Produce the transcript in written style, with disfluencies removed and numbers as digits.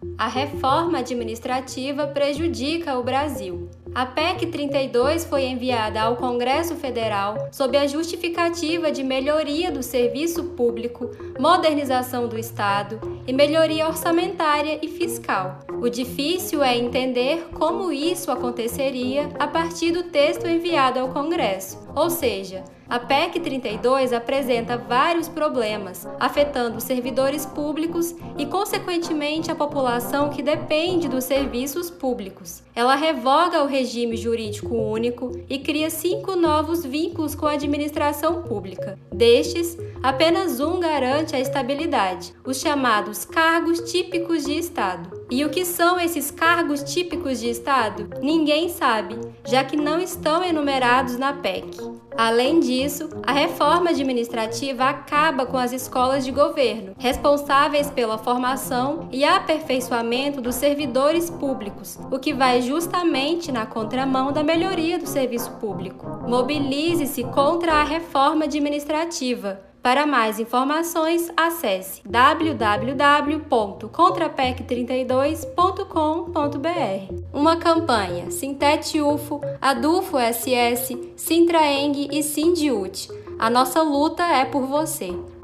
A reforma administrativa prejudica o Brasil. A PEC 32 foi enviada ao Congresso Federal sob a justificativa de melhoria do serviço público, modernização do Estado e melhoria orçamentária e fiscal. O difícil é entender como isso aconteceria a partir do texto enviado ao Congresso, ou seja, a PEC 32 apresenta vários problemas, afetando os servidores públicos e, consequentemente, a população que depende dos serviços públicos. Ela revoga o regime jurídico único e cria 5 novos vínculos com a administração pública. Destes, apenas um garante a estabilidade, os chamados cargos típicos de Estado. E o que são esses cargos típicos de Estado? Ninguém sabe, já que não estão enumerados na PEC. Além disso, a reforma administrativa acaba com as escolas de governo, responsáveis pela formação e aperfeiçoamento dos servidores públicos, o que vai justamente na contramão da melhoria do serviço público. Mobilize-se contra a reforma administrativa. Para mais informações, acesse www.contrapec32.com.br. Uma campanha Sintete UFO, Adufo SS, Sintraeng e Sindiut. A nossa luta é por você.